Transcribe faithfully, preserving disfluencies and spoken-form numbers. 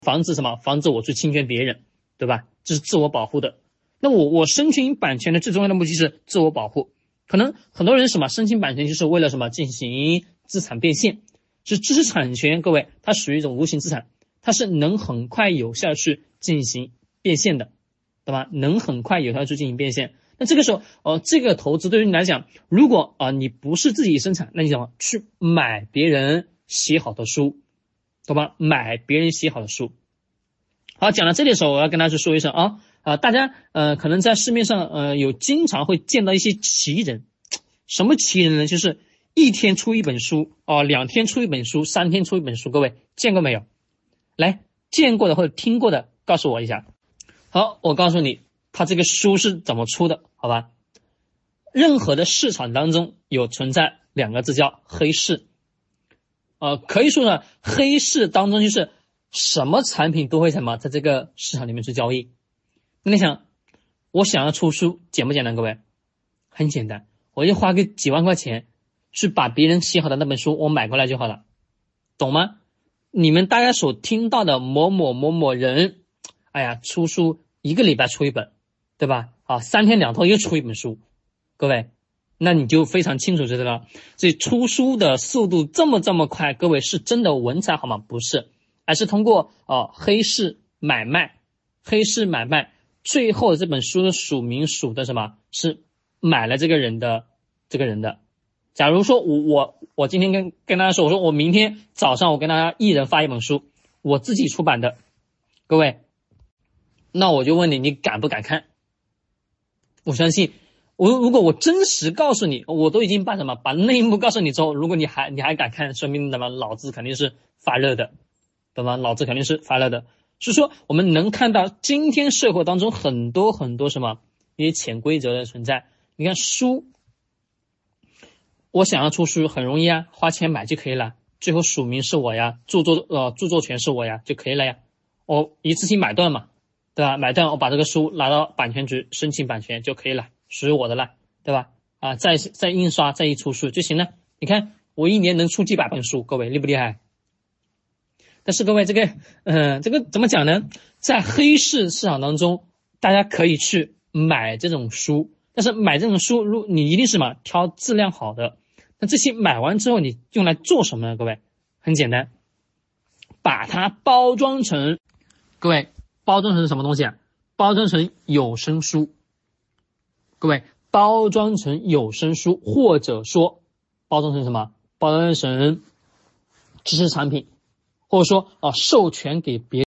防止什么？防止我去侵权别人，对吧？这是自我保护的。那我我申请版权的最重要的目的是自我保护。可能很多人什么申请版权就是为了什么？进行资产变现。是知识产权，各位，它属于一种无形资产，它是能很快有效去进行变现的，对吧？能很快有效去进行变现。那这个时候，呃，这个投资对于你来讲，如果啊、呃、你不是自己生产，那你怎么去买别人写好的书，懂吧？买别人写好的书。好，讲到这里的时候，我要跟大家去说一声啊啊、呃，大家呃可能在市面上呃有经常会见到一些奇人，什么奇人呢？就是一天出一本书哦、呃，两天出一本书，三天出一本书，各位见过没有？来，见过的或者听过的，告诉我一下。好，我告诉你，他这个书是怎么出的，好吧？任何的市场当中有存在两个字叫黑市，呃，可以说呢，黑市当中就是什么产品都会什么在这个市场里面去交易。那你想，我想要出书，简不简单？各位，很简单，我就花个几万块钱去把别人写好的那本书我买过来就好了，懂吗？你们大家所听到的某某某某人，哎呀，出书一个礼拜出一本，对吧？啊，三天两头又出一本书，各位，那你就非常清楚知道了。所以出书的速度这么这么快，各位是真的文采好吗？不是，而是通过哦、呃、黑市买卖，黑市买卖，最后这本书的署名署的什么？是买了这个人的这个人的。假如说我我我今天跟跟大家说，我说我明天早上我跟大家一人发一本书，我自己出版的，各位，那我就问你，你敢不敢看？我相信，我如果我真实告诉你，我都已经把什么把内幕告诉你之后，如果你还你还敢看，说明什么？脑子肯定是发热的，懂吗？脑子肯定是发热的。所以说，我们能看到今天社会当中很多很多什么一些潜规则的存在。你看书。我想要出书很容易啊，花钱买就可以了，最后署名是我呀，著作呃著作权是我呀就可以了呀，我一次性买断嘛，对吧？买断我把这个书拿到版权局申请版权就可以了，属于我的了，对吧？啊，再再印刷再一出书就行了。你看我一年能出几百本书，各位厉不厉害？但是各位这个嗯、呃、这个怎么讲呢？在黑市市场当中，大家可以去买这种书，但是买这种书，如你一定是嘛挑质量好的。那这些买完之后你用来做什么呢？各位，很简单，把它包装成，各位包装成什么东西啊？包装成有声书，各位包装成有声书，或者说包装成什么？包装成知识产品，或者说啊授权给别人。